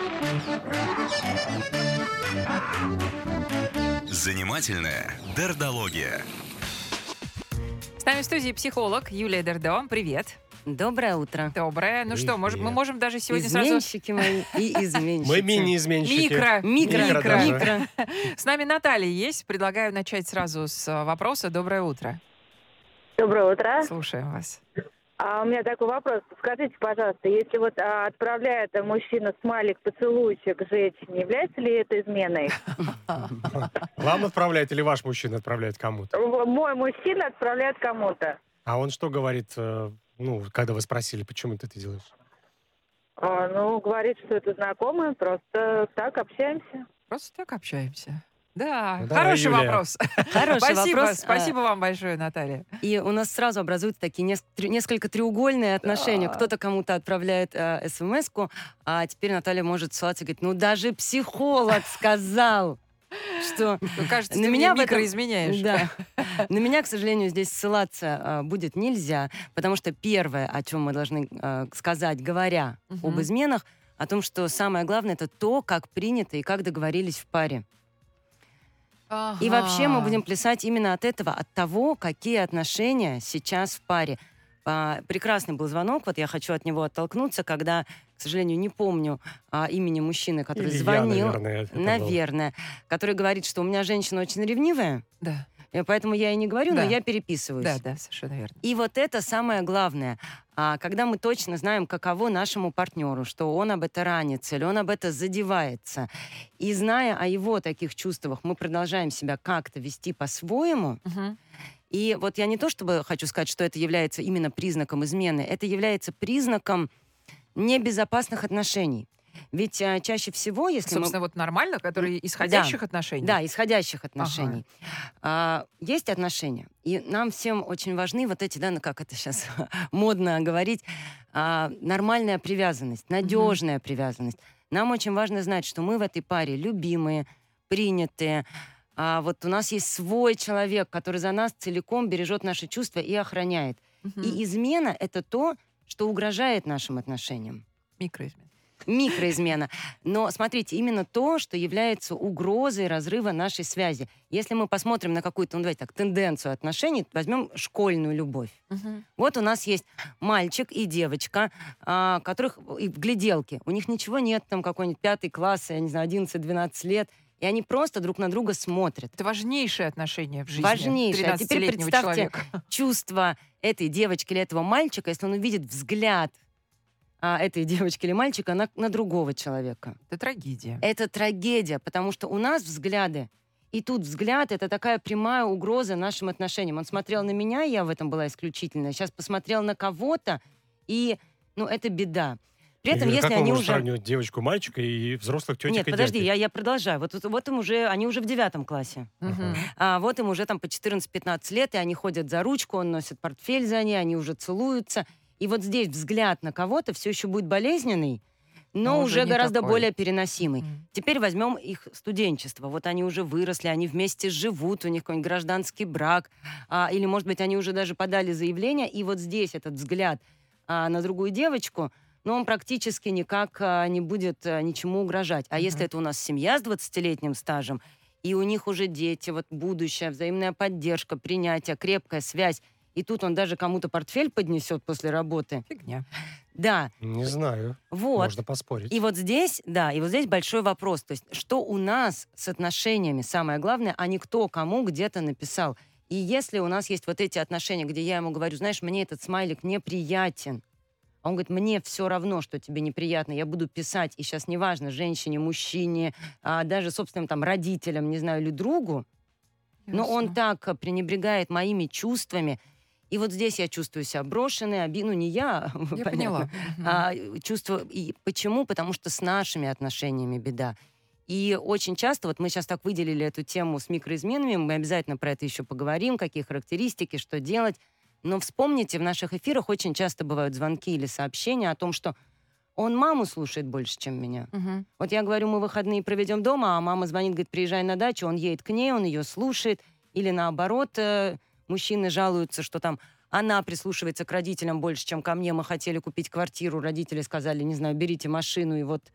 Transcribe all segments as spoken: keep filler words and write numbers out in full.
Занимательная дердология. С нами в студии психолог Юлия Дердо. Привет. Доброе утро. Доброе. Ну что, может, мы можем даже сегодня сразу... Изменщики мои и изменщицы. Мы мини-изменщики. Микро. Микро, Микро микро. С нами Наталья есть. Предлагаю начать сразу с вопроса. Доброе утро. Доброе утро. Слушаем вас. А у меня такой вопрос. Скажите, пожалуйста, если вот а, отправляет мужчина смайлик, поцелуйчик женщине, является ли это изменой? Вам отправляет или ваш мужчина отправляет кому-то? Мой мужчина отправляет кому-то. А он что говорит, э, ну, когда вы спросили, почему ты это делаешь? А, ну, говорит, что это знакомые, просто так общаемся. Просто так общаемся. Да, Ну, давай, хороший Юлия. вопрос. Хороший Спасибо, вопрос. спасибо вам большое, Наталья. И у нас сразу образуются такие нес- трё- несколько треугольные отношения. Да. Кто-то кому-то отправляет э, смс-ку, а теперь Наталья может ссылаться и говорить, ну даже психолог сказал, что... Ну, кажется, На ты меня меня в этом- микроизменяешь. Да. На меня, к сожалению, здесь ссылаться а, будет нельзя, потому что первое, о чем мы должны а, сказать, говоря Мгм. об изменах, о том, что самое главное, это то, как принято и как договорились в паре. И вообще мы будем плясать именно от этого, от того, какие отношения сейчас в паре. А, прекрасный был звонок, вот я хочу от него оттолкнуться, когда, к сожалению, не помню а, имени мужчины, который Или я, звонил. наверное, это был. Наверное. Который говорит, что у меня женщина очень ревнивая, Да, и поэтому я и не говорю, Да. но я переписываюсь. да, да, совершенно верно. И вот это самое главное. А, когда мы точно знаем, каково нашему партнеру, что он об это ранится или он об это задевается, и зная о его таких чувствах, мы продолжаем себя как-то вести по-своему. Мгм. И вот я не то чтобы хочу сказать, что это является именно признаком измены, это является признаком небезопасных отношений. Ведь а, чаще всего, если мы... Собственно, вот нормально, которые исходящих отношений. Да, исходящих отношений. А, есть отношения, и нам всем очень важны вот эти, да, ну как это сейчас модно говорить, а, нормальная привязанность, надежная привязанность. Нам очень важно знать, что мы в этой паре любимые, принятые. А, вот у нас есть свой человек, который за нас целиком бережет наши чувства и охраняет. Мгм. И измена — это то, что угрожает нашим отношениям. Микроизмен. Микроизмена. Но смотрите, именно то, что является угрозой разрыва нашей связи. Если мы посмотрим на какую-то, ну давайте так, тенденцию отношений, возьмем школьную любовь. Мгм. Вот у нас есть мальчик и девочка, а, которых и в гляделке. У них ничего нет, там какой-нибудь пятый класс, я не знаю, одиннадцать-двенадцать лет. И они просто друг на друга смотрят. Это важнейшее отношение в жизни Важнейшее. А теперь тринадцатилетнего представьте человека. чувство этой девочки или этого мальчика, если он увидит взгляд а, этой девочки или мальчика на, на другого человека. Это трагедия. Это трагедия, потому что у нас взгляды, и тут взгляд — это такая прямая угроза нашим отношениям. Он смотрел на меня, и я в этом была исключительная. Сейчас посмотрел на кого-то, и, ну, это беда. При этом, Юля, если как они можно уже... сравнивать девочку, мальчика и взрослых тетек Нет, и подожди, дядек? я, я продолжаю. Вот, вот, вот им уже, они уже в девятом классе. Мгм. А вот им уже там по четырнадцать-пятнадцать лет, и они ходят за ручку, он носит портфель за ней, они уже целуются. И вот здесь взгляд на кого-то все еще будет болезненный, но, Но уже, уже не гораздо такой. более переносимый. Мгм. Теперь возьмем их студенчество. Вот они уже выросли, они вместе живут, у них какой-нибудь гражданский брак, а, или, может быть, они уже даже подали заявление, и вот здесь этот взгляд а, на другую девочку, но он практически никак а, не будет а, ничему угрожать. А Мгм. если это у нас семья с двадцатилетним стажем, и у них уже дети, вот будущее, взаимная поддержка, принятие, крепкая связь, и тут он даже кому-то портфель поднесет после работы. Фигня. Да, Не знаю. вот. Можно поспорить. И вот здесь, да, и вот здесь большой вопрос. То есть, что у нас с отношениями самое главное, а не кто кому где-то написал. И если у нас есть вот эти отношения, где я ему говорю, знаешь, мне этот смайлик неприятен, а он говорит, мне все равно, что тебе неприятно, я буду писать, и сейчас неважно, женщине, мужчине, а даже собственным там родителям, не знаю, или другу, но он Ясно. так а, пренебрегает моими чувствами. И вот здесь я чувствую себя брошенной, обидной, ну не я, Я понятно, поняла. Мгм. а, чувство. И почему? Потому что с нашими отношениями беда. И очень часто, вот мы сейчас так выделили эту тему с микроизменами, мы обязательно про это еще поговорим, какие характеристики, что делать. Но вспомните, в наших эфирах очень часто бывают звонки или сообщения о том, что он маму слушает больше, чем меня. Мгм. Вот я говорю, мы выходные проведем дома, а мама звонит, говорит, приезжай на дачу, он едет к ней, он ее слушает. Или наоборот, э, мужчины жалуются, что там она прислушивается к родителям больше, чем ко мне. Мы хотели купить квартиру, родители сказали, не знаю, берите машину, и вот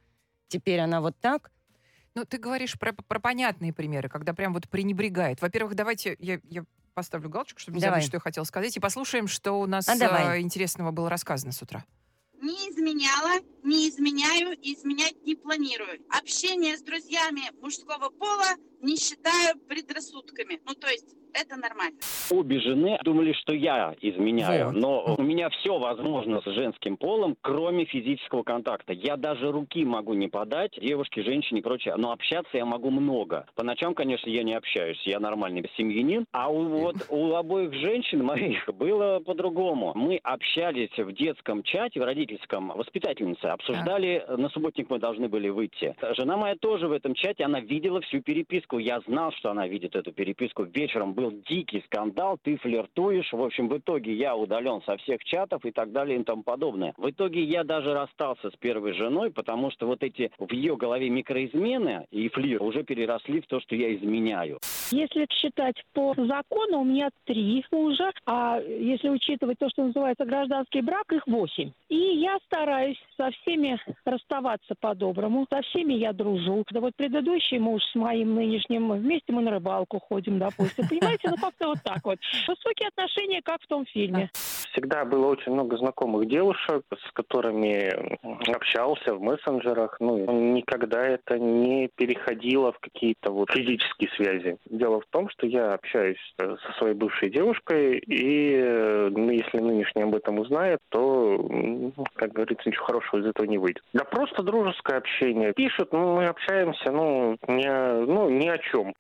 теперь она вот так. Ну, ты говоришь про, про понятные примеры, когда прям вот пренебрегает. Во-первых, давайте я, я поставлю галочку, чтобы не Давай. забыть, что я хотела сказать, и послушаем, что у нас А, давай. э, интересного было рассказано с утра. Не изменяла, не изменяю и изменять не планирую. Общение с друзьями мужского пола не считаю предрассудками. Ну, то есть это нормально. Обе жены думали, что я изменяю, Вот. но у меня все возможно с женским полом, кроме физического контакта. Я даже руки могу не подать девушке, женщине и прочее, но общаться я могу много. По ночам, конечно, я не общаюсь, я нормальный семьянин, а у, вот, у обоих женщин моих было по-другому. Мы общались в детском чате, в родительском, воспитательницы, обсуждали, на субботник мы должны были выйти. Жена моя тоже в этом чате, она видела всю переписку, я знал, что она видит эту переписку. Вечером был дикий скандал, ты флиртуешь. В общем, в итоге я удален со всех чатов и так далее и тому подобное. В итоге я даже расстался с первой женой, потому что вот эти в ее голове микроизмены и флир уже переросли в то, что я изменяю. Если считать по закону, у меня три мужа, а если учитывать то, что называется гражданский брак, их восемь. И я стараюсь со всеми расставаться по-доброму, со всеми я дружу. Да вот предыдущий муж с моим нынешним, вместе мы на рыбалку ходим, допустим. Понимаете, ну как-то вот так вот. Высокие отношения, как в том фильме. Всегда было очень много знакомых девушек, с которыми общался в мессенджерах. Ну, никогда это не переходило в какие-то вот физические связи. Дело в том, что я общаюсь со своей бывшей девушкой, и ну, если нынешняя об этом узнает, то, как говорится, ничего хорошего из этого не выйдет. Да просто дружеское общение. Пишут, ну, мы общаемся, ну, ни, ну, ни о чем.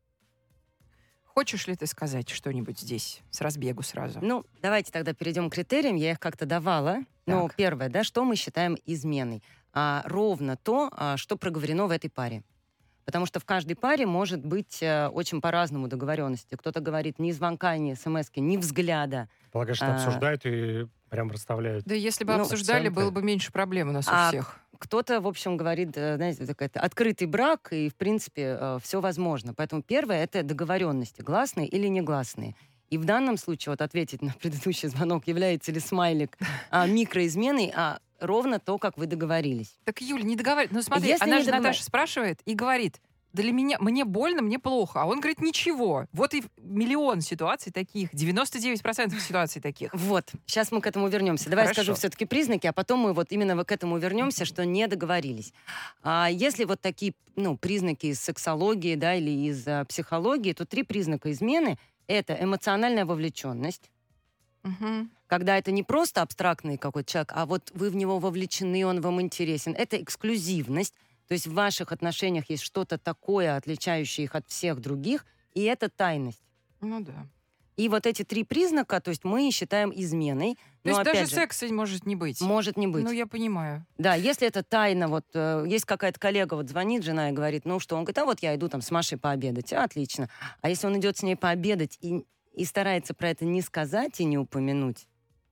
Хочешь ли ты сказать что-нибудь здесь с разбегу сразу? Ну, давайте тогда перейдем к критериям. Я их как-то давала. Ну, Так. первое, да, что мы считаем изменой? А, ровно то, а, что проговорено в этой паре. Потому что в каждой паре может быть э, очень по-разному договоренности. Кто-то говорит ни звонка, ни смс-ки, ни взгляда. Полагаю, что А. обсуждают и прям расставляют. Да если бы Ну, обсуждали, акценты. было бы меньше проблем у нас А у всех. Кто-то, в общем, говорит, э, знаете, такой открытый брак, и, в принципе, все возможно. Поэтому первое — это договоренности, гласные или негласные. И в данном случае, вот ответить на предыдущий звонок, является ли смайлик а, микроизменой, а ровно то, как вы договорились. Так, Юль, не договаривай. Ну смотри, Если она не же договор- Наташа спрашивает и говорит, для меня, мне больно, мне плохо. А он говорит, ничего. Вот и миллион ситуаций таких, девяносто девять процентов ситуаций таких. Вот, сейчас мы к этому вернемся. Давай Хорошо. я скажу все-таки признаки, а потом мы вот именно к этому вернемся, что не договорились. А если вот такие, ну, признаки из сексологии, да, или из а, психологии, то три признака измены — это эмоциональная вовлеченность, Мгм. когда это не просто абстрактный какой-то человек, а вот вы в него вовлечены, он вам интересен. Это эксклюзивность, то есть в ваших отношениях есть что-то такое, отличающее их от всех других, и это тайность. Ну да. И вот эти три признака, то есть мы считаем изменой. То Но есть опять даже же, секса может не быть. может не быть. Ну, я понимаю. Да, если это тайна, вот э, есть какая-то коллега, вот звонит жена и говорит, ну что, он говорит, а вот я иду там с Машей пообедать, а, отлично. А если он идет с ней пообедать и, и старается про это не сказать и не упомянуть,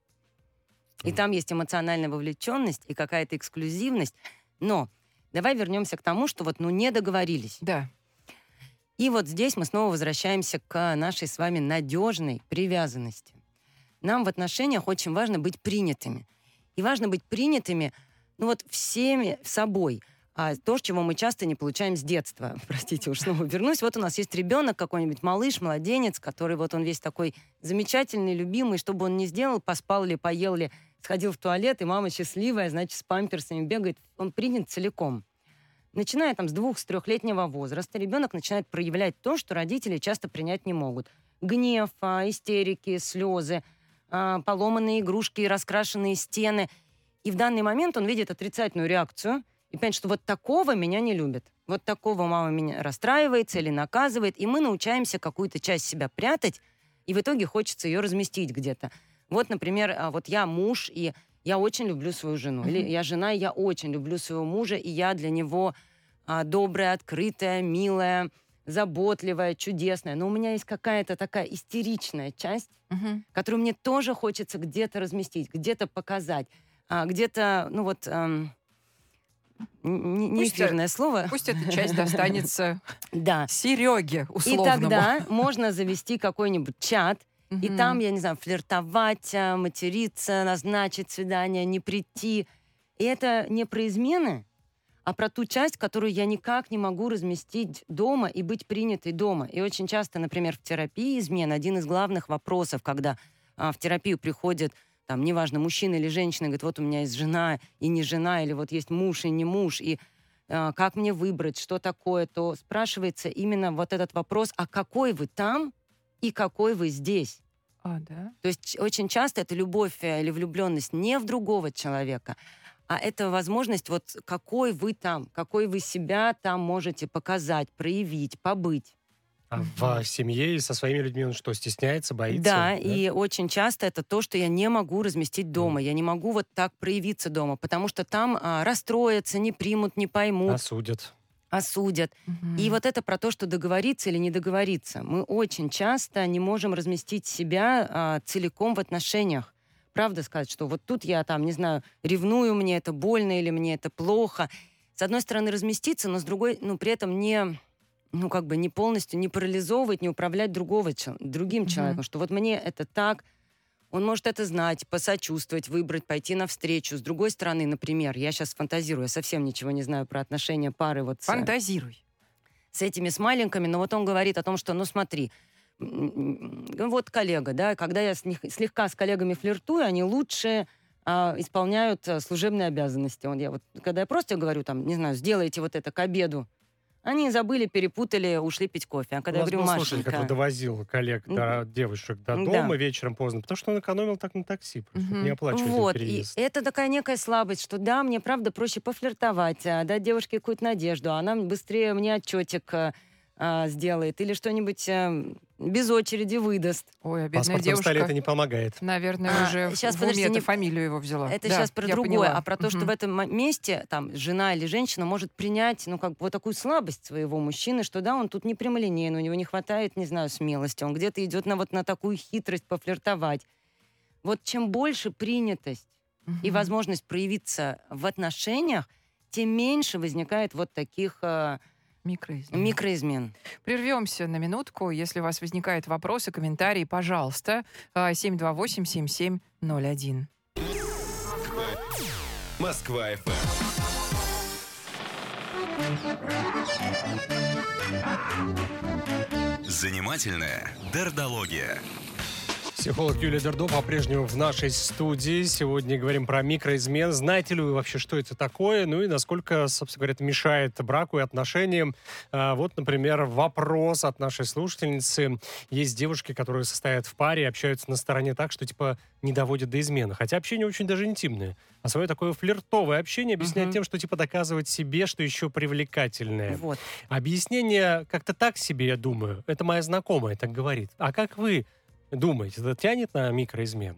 и там есть эмоциональная вовлеченность и какая-то эксклюзивность, но давай вернемся к тому, что вот, ну, не договорились. Да. И вот здесь мы снова возвращаемся к нашей с вами надежной привязанности. Нам в отношениях очень важно быть принятыми. И важно быть принятыми, ну вот, всеми собой. А то, чего мы часто не получаем с детства. Простите, уж снова вернусь. Вот у нас есть ребенок какой-нибудь, малыш, младенец, который вот он весь такой замечательный, любимый, что бы он ни сделал, поспал ли, поел ли, сходил в туалет, и мама счастливая, значит, с памперсами бегает. Он принят целиком. Начиная там с двух, с трехлетнего возраста, ребенок начинает проявлять то, что родители часто принять не могут. Гнев, а, истерики, слезы, а, поломанные игрушки, раскрашенные стены. И в данный момент он видит отрицательную реакцию и понимает, что вот такого меня не любят. Вот такого мама меня расстраивается или наказывает. И мы научаемся какую-то часть себя прятать, и в итоге хочется ее разместить где-то. Вот, например, а, вот я муж, и я очень люблю свою жену. Или я жена, и я очень люблю своего мужа, и я для него а, добрая, открытая, милая, заботливая, чудесная. Но у меня есть какая-то такая истеричная часть, Мгм. которую мне тоже хочется где-то разместить, где-то показать, а, где-то, ну вот, эм, н- не не Пусть, э, эфирное слово. Пусть эта часть достанется Да. Сереге И условному. тогда можно завести какой-нибудь чат, и Мгм. там, я не знаю, флиртовать, а, материться, назначить свидание, не прийти. И это не про измены, а про ту часть, которую я никак не могу разместить дома и быть принятой дома. И очень часто, например, в терапии измен один из главных вопросов, когда а, в терапию приходят, там, неважно, мужчина или женщина, говорит, вот у меня есть жена и не жена, или вот есть муж и не муж, и а, как мне выбрать, что такое, то спрашивается именно вот этот вопрос, а какой вы там и какой вы здесь? А, да? То есть очень часто это любовь или влюбленность не в другого человека, а это возможность, вот какой вы там, какой вы себя там можете показать, проявить, побыть. А в семье и со своими людьми он что, стесняется, боится? Да, и очень часто это то, что я не могу разместить дома. Я не могу вот так проявиться дома, потому что там а, расстроятся, не примут, не поймут. Осудят. Осудят. Мгм. И вот это про то, что договориться или не договориться. Мы очень часто не можем разместить себя а, целиком в отношениях. Правда сказать, что вот тут я там, не знаю, ревную, мне это больно или мне это плохо. С одной стороны разместиться, но с другой, ну, при этом не, ну, как бы не полностью, не парализовывать, не управлять другого, чел- другим Мгм. человеком. Что вот мне это так, он может это знать, посочувствовать, выбрать, пойти навстречу. С другой стороны, например, я сейчас фантазирую, я совсем ничего не знаю про отношения пары вот с, Фантазируй. с этими смайлинками, но вот он говорит о том, что, ну смотри, м, м, вот коллега, да, когда я с них- слегка с коллегами флиртую, они лучше а, исполняют а, служебные обязанности. Вот я вот, когда я просто говорю, там, не знаю, сделайте вот это к обеду, они забыли, перепутали, ушли пить кофе. А когда У я нас говорю, был слушатель, Машенька... который довозил коллег, до, девушек до Да. дома вечером поздно, потому что он экономил так на такси, просто, чтобы Мгм. не оплачивать им Вот, и переезд. это такая некая слабость, что да, мне правда проще пофлиртовать, а, дать девушке какую-то надежду, а она быстрее мне отчетик а, а, сделает или что-нибудь а, без очереди выдаст. Ой, а бедная Паспортом девушка, столе это не помогает. наверное, А, уже щас, в подожди, уме не- эту фамилию его взяла. Это Да, сейчас про я другое, поняла. а про то, что Мгм. в этом мо- месте там жена или женщина может принять, ну, как бы вот такую слабость своего мужчины, что да, он тут не прямолинейный, у него не хватает, не знаю, смелости, он где-то идет на вот на такую хитрость пофлиртовать. Вот чем больше принятость и Мгм. возможность проявиться в отношениях, тем меньше возникает вот таких э, Микроизмены. микроизмен. Прервемся на минутку. Если у вас возникают вопросы, комментарии, пожалуйста, а, семь два восемь семь семь ноль один. Москва эф эм. Занимательная дердология. Психолог Юлия Дердо по-прежнему в нашей студии. Сегодня говорим про микроизмен. Знаете ли вы вообще, что это такое? Ну и насколько, собственно говоря, это мешает браку и отношениям? А, вот, например, вопрос от нашей слушательницы. Есть девушки, которые состоят в паре и общаются на стороне так, что типа не доводят до измены. Хотя общение очень даже интимное. А свое такое флиртовое общение объясняет Мгм. тем, что типа доказывать себе, что еще привлекательное. Вот. Объяснение как-то так себе, я думаю. Это моя знакомая так говорит. А как вы думаете, это тянет на микроизмену?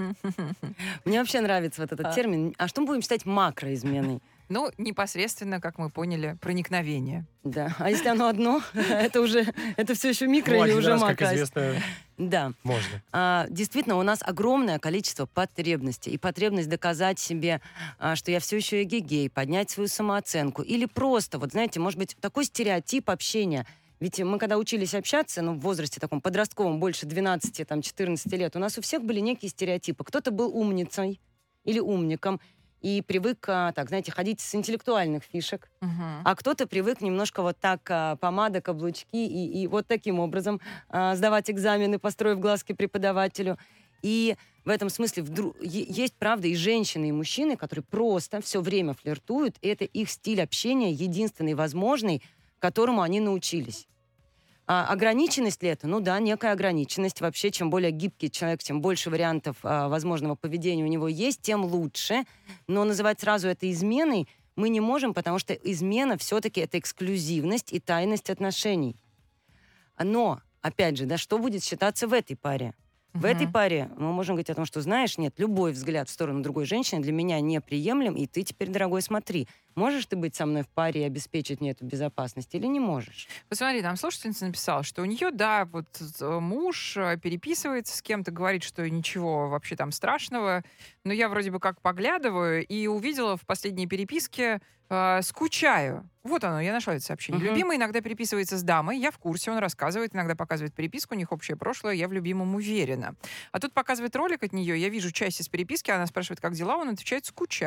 Мне вообще нравится вот этот А. термин. А что мы будем считать макроизменой? Ну, непосредственно, как мы поняли, проникновение. Да. А если оно одно, это уже, это все еще микро Ну, или один уже раз, как макро? известно, Да. можно. А, действительно, у нас огромное количество потребностей. И потребность доказать себе, а, что я все еще эгегей, поднять свою самооценку. Или просто, вот знаете, может быть, такой стереотип общения. Ведь мы, когда учились общаться, ну, в возрасте таком подростковом, больше двенадцати-четырнадцати лет, у нас у всех были некие стереотипы. Кто-то был умницей или умником и привык, а, так, знаете, ходить с интеллектуальных фишек. Мгм. А кто-то привык немножко вот так а, помада, каблучки и, и вот таким образом а, сдавать экзамены, построив глазки преподавателю. И в этом смысле вдру- е- есть, правда, и женщины, и мужчины, которые просто все время флиртуют, и это их стиль общения, единственный возможный, которому они научились. А ограниченность ли это? Ну да, некая ограниченность. Вообще, чем более гибкий человек, тем больше вариантов а, возможного поведения у него есть, тем лучше. Но называть сразу это изменой мы не можем, потому что измена все-таки это эксклюзивность и тайность отношений. Но, опять же, да, что будет считаться в этой паре? В этой Мгм. паре мы можем говорить о том, что, знаешь, нет, любой взгляд в сторону другой женщины для меня неприемлем, и ты теперь, дорогой, смотри, можешь ты быть со мной в паре и обеспечить мне эту безопасность или не можешь? Посмотри, нам слушательница написала, что у нее, да, вот э, муж э, переписывается с кем-то, говорит, что ничего вообще там страшного, но я вроде бы как поглядываю и увидела в последней переписке э, «скучаю». Вот оно, я нашла это сообщение. Мгм. Любимый иногда переписывается с дамой, я в курсе, он рассказывает, иногда показывает переписку, у них общее прошлое, я в любимом уверена. А тут показывает ролик от нее, я вижу часть из переписки, она спрашивает, как дела, он отвечает «скучаю».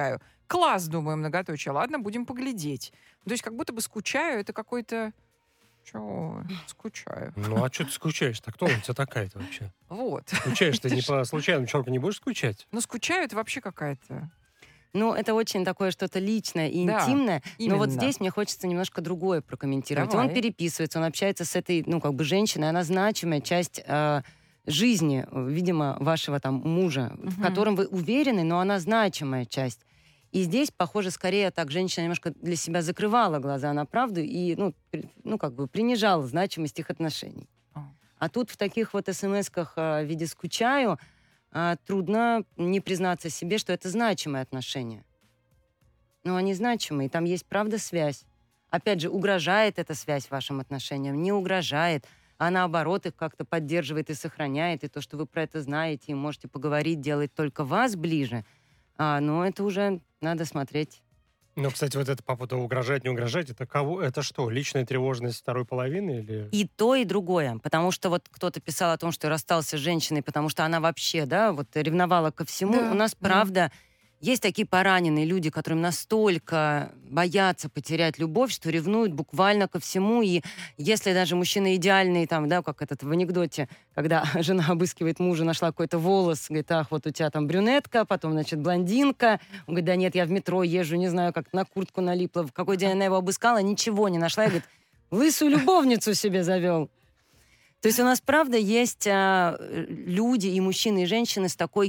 Класс, думаю, многоточие. Ладно, будем поглядеть. То есть как будто бы скучаю, это какой-то... Чего? Скучаю. Ну, а что ты скучаешь-то? Кто у тебя такая-то вообще? Вот. Скучаешь ты не по случайному человеку, не будешь скучать? Ну, скучаю, это вообще какая-то... Ну, это очень такое что-то личное и Да, интимное. Но вот именно. здесь мне хочется немножко другое прокомментировать. Давай. Он переписывается, он общается с этой, ну, как бы женщиной, она значимая часть э, жизни, э, видимо, вашего там мужа, в Мгм. котором вы уверены, но она значимая часть. И здесь, похоже, скорее так женщина немножко для себя закрывала глаза на правду и, ну, при- ну как бы принижала значимость их отношений. А. А тут в таких вот смс-ках э, в виде «скучаю» а, трудно не признаться себе, что это значимые отношения. Но они значимые, там есть, правда, связь. Опять же, угрожает эта связь вашим отношениям? Не угрожает, а наоборот их как-то поддерживает и сохраняет. И то, что вы про это знаете и можете поговорить, делает только вас ближе. А, но это уже надо смотреть. Ну, кстати, вот это по поводу угрожать, не угрожать, это кого? Это что, личная тревожность второй половины или... И то, и другое. Потому что вот кто-то писал о том, что расстался с женщиной, потому что она вообще, да, вот ревновала ко всему. Да, У нас, да. правда, есть такие пораненные люди, которым настолько боятся потерять любовь, что ревнуют буквально ко всему. И если даже мужчина идеальный, там, да, как этот в анекдоте, когда жена обыскивает мужа, нашла какой-то волос, говорит, ах, вот у тебя там брюнетка, потом, значит, блондинка. Он говорит, да нет, я в метро езжу, не знаю, как на куртку налипла. В какой день она его обыскала, ничего не нашла. И говорит, лысую любовницу себе завел. То есть у нас, правда, есть а, люди, и мужчины, и женщины с такой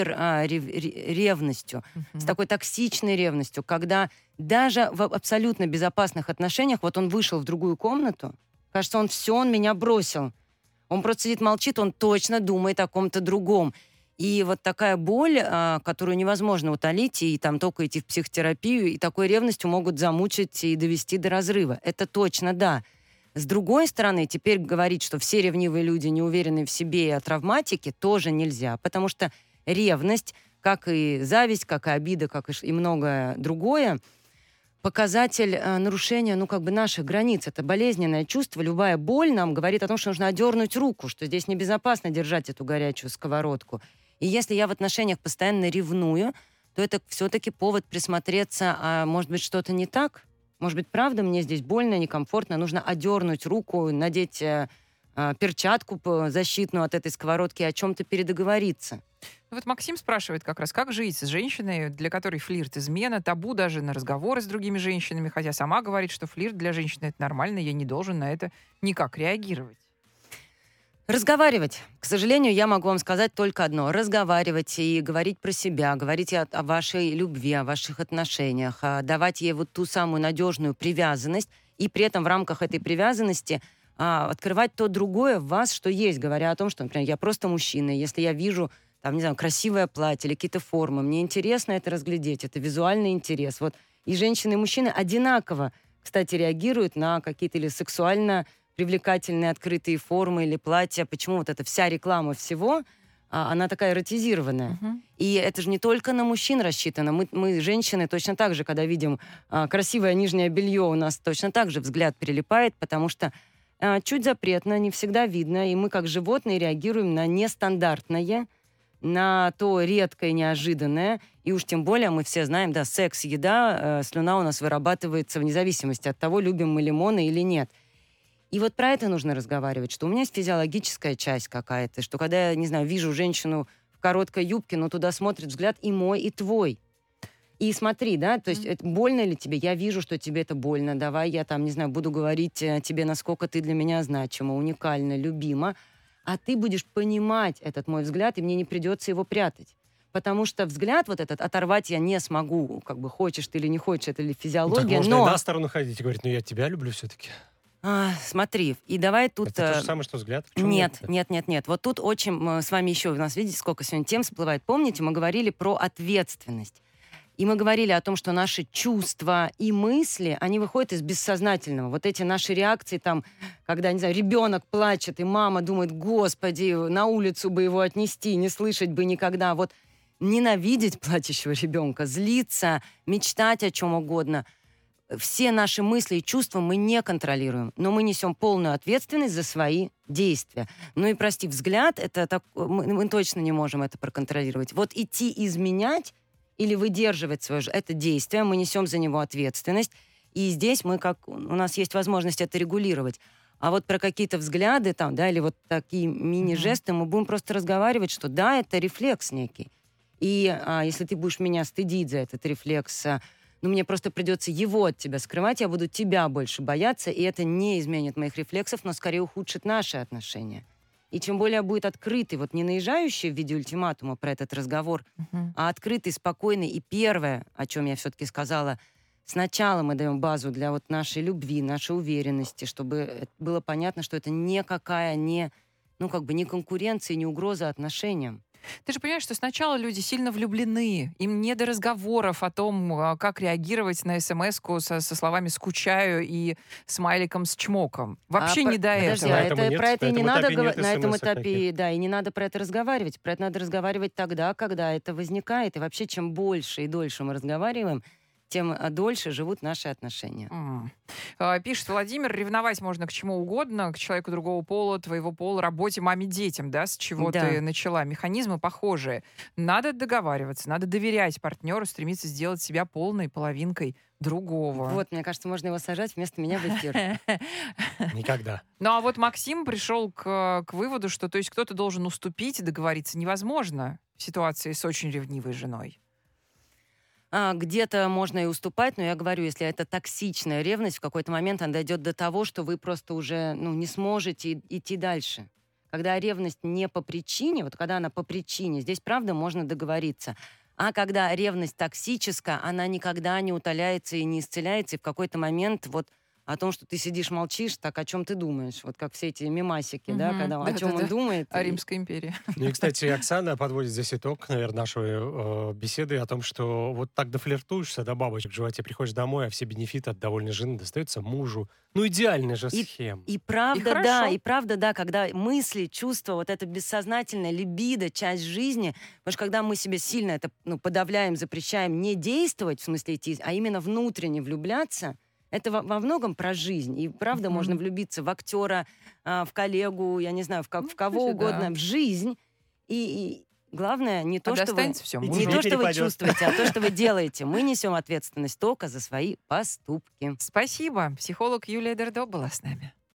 гиперревностью, Мгм. с такой токсичной ревностью, когда даже в абсолютно безопасных отношениях, вот он вышел в другую комнату, кажется, он все, он меня бросил. Он просто сидит, молчит, он точно думает о ком-то другом. И вот такая боль, а, которую невозможно утолить, и там только идти в психотерапию, и такой ревностью могут замучить и довести до разрыва. Это точно, да. С другой стороны, теперь говорить, что все ревнивые люди не уверены в себе и о травматике, тоже нельзя, потому что ревность, как и зависть, как и обида, как и ш- и многое другое, показатель э, нарушения, ну, как бы наших границ. Это болезненное чувство. Любая боль нам говорит о том, что нужно одернуть руку, что здесь небезопасно держать эту горячую сковородку. И если я в отношениях постоянно ревную, то это все-таки повод присмотреться, а может быть, что-то не так? Может быть, правда, мне здесь больно, некомфортно, нужно одернуть руку, надеть э, э, перчатку по- защитную от этой сковородки, о чем-то передоговориться. Ну вот Максим спрашивает как раз, как жить с женщиной, для которой флирт измена, табу даже на разговоры с другими женщинами, хотя сама говорит, что флирт для женщины это нормально, я не должен на это никак реагировать. Разговаривать. К сожалению, я могу вам сказать только одно. Разговаривать и говорить про себя, говорить о, о вашей любви, о ваших отношениях, а давать ей вот ту самую надежную привязанность, и при этом в рамках этой привязанности а, открывать то другое в вас, что есть, говоря о том, что, например, я просто мужчина, если я вижу, там, не знаю, красивое платье или какие-то формы, мне интересно это разглядеть, это визуальный интерес. Вот. И женщины, и мужчины одинаково, кстати, реагируют на какие-то или сексуально привлекательные открытые формы или платья. Почему вот эта вся реклама всего, а, она такая эротизированная. Мгм. И это же не только на мужчин рассчитано. Мы, мы женщины, точно так же, когда видим а, красивое нижнее белье, у нас точно так же взгляд прилипает, потому что а, чуть запретно, не всегда видно, и мы как животные реагируем на нестандартное, на то редкое, неожиданное. И уж тем более мы все знаем, да, секс, еда, э, слюна у нас вырабатывается вне зависимости от того, любим мы лимоны или нет. И вот про это нужно разговаривать, что у меня есть физиологическая часть какая-то, что когда я, не знаю, вижу женщину в короткой юбке, но туда смотрит взгляд и мой, и твой. И смотри, да, то есть это больно ли тебе? Я вижу, что тебе это больно. Давай я там, не знаю, буду говорить э, тебе, насколько ты для меня значима, уникальна, любима. А ты будешь понимать этот мой взгляд, и мне не придется его прятать. Потому что взгляд вот этот оторвать я не смогу. Как бы хочешь ты или не хочешь, это ли Ну, так физиология. можно но... и на сторону ходить и говорить, ну я тебя люблю все-таки. А, смотри, и давай тут... Это то э, же самое, что взгляд. В чем Нет, нет-то? нет, нет, нет. Вот тут очень мы с вами еще, у нас, видите, сколько сегодня тем всплывает. Помните, мы говорили про ответственность. И мы говорили о том, что наши чувства и мысли, они выходят из бессознательного. Вот эти наши реакции там, когда, не знаю, ребенок плачет, и мама думает, господи, на улицу бы его отнести, не слышать бы никогда. Вот ненавидеть плачущего ребенка, злиться, мечтать о чем угодно. Все наши мысли и чувства мы не контролируем, но мы несем полную ответственность за свои действия. Ну и, прости, взгляд, это так, мы, мы точно не можем это проконтролировать. Вот идти изменять или выдерживать свое ж- это действие, мы несем за него ответственность. И здесь мы как, у нас есть возможность это регулировать. А вот про какие-то взгляды там, да, или вот такие мини-жесты мы будем просто разговаривать, что да, это рефлекс некий. И а, если ты будешь меня стыдить за этот рефлекс, а, ну, мне просто придется его от тебя скрывать, я буду тебя больше бояться, и это не изменит моих рефлексов, но скорее ухудшит наши отношения. И чем более будет открытый, вот не наезжающий в виде ультиматума про этот разговор, Мгм. а открытый, спокойный. И первое, о чем я все-таки сказала, сначала мы даем базу для вот нашей любви, нашей уверенности, чтобы это было понятно, что это никакая не, ну, как бы не конкуренция, не угроза отношениям. Ты же понимаешь, что сначала люди сильно влюблены, им не до разговоров о том, а, как реагировать на смс-ку со, со словами «скучаю» и смайликом с чмоком. Вообще А не про- до подожди, этого. а Поэтому это, нет, про это на и не этом надо этапе говорить. нет На этом смс-ок этапе, никаких. да, и не надо про это разговаривать. Про это надо разговаривать тогда, когда это возникает. И вообще, чем больше и дольше мы разговариваем, тем а, дольше живут наши отношения. М. А, Пишет Владимир, ревновать можно к чему угодно, к человеку другого пола, твоего пола, работе, маме, детям, да, с чего Да. ты начала. Механизмы похожие. Надо договариваться, надо доверять партнеру, стремиться сделать себя полной половинкой другого. Вот, мне кажется, можно его сажать вместо меня в эфир. Никогда. Ну а вот Максим пришел к, к выводу, что то есть кто-то должен уступить и договориться невозможно в ситуации с очень ревнивой женой. А, где-то можно и уступать, но я говорю, если это токсичная ревность, в какой-то момент она дойдет до того, что вы просто уже ну, не сможете и- идти дальше. Когда ревность не по причине, вот когда она по причине, здесь, правда, можно договориться. А когда ревность токсическая, она никогда не утоляется и не исцеляется, и в какой-то момент вот о том, что ты сидишь, молчишь, так о чем ты думаешь? Вот как все эти мемасики, да, Мгм. когда о чем Да-да-да. он думает. О и- Римской империи. Ну и, кстати, Оксана подводит здесь итог, наверное, нашей э, беседы о том, что вот так дофлиртуешься до бабочек в животе, приходишь домой, а все бенефиты от довольной жены достаются мужу. Ну идеальная же И- схема. И правда, И да, хорошо. и правда, да, когда мысли, чувства, вот это бессознательное либидо, часть жизни, потому что когда мы себе сильно это ну, подавляем, запрещаем не действовать, в смысле идти, а именно внутренне влюбляться, это во, во многом про жизнь. И правда Мгм. можно влюбиться в актера, а, в коллегу, я не знаю, в, ко- Ну, в кого кстати, да. угодно, в жизнь. И, и главное не А то, что вы... достанется все И Не тебе то, что вы перепадет. чувствуете, а то, что вы делаете. Мы несем ответственность только за свои поступки. Спасибо. Психолог Юлия Дердо была с нами.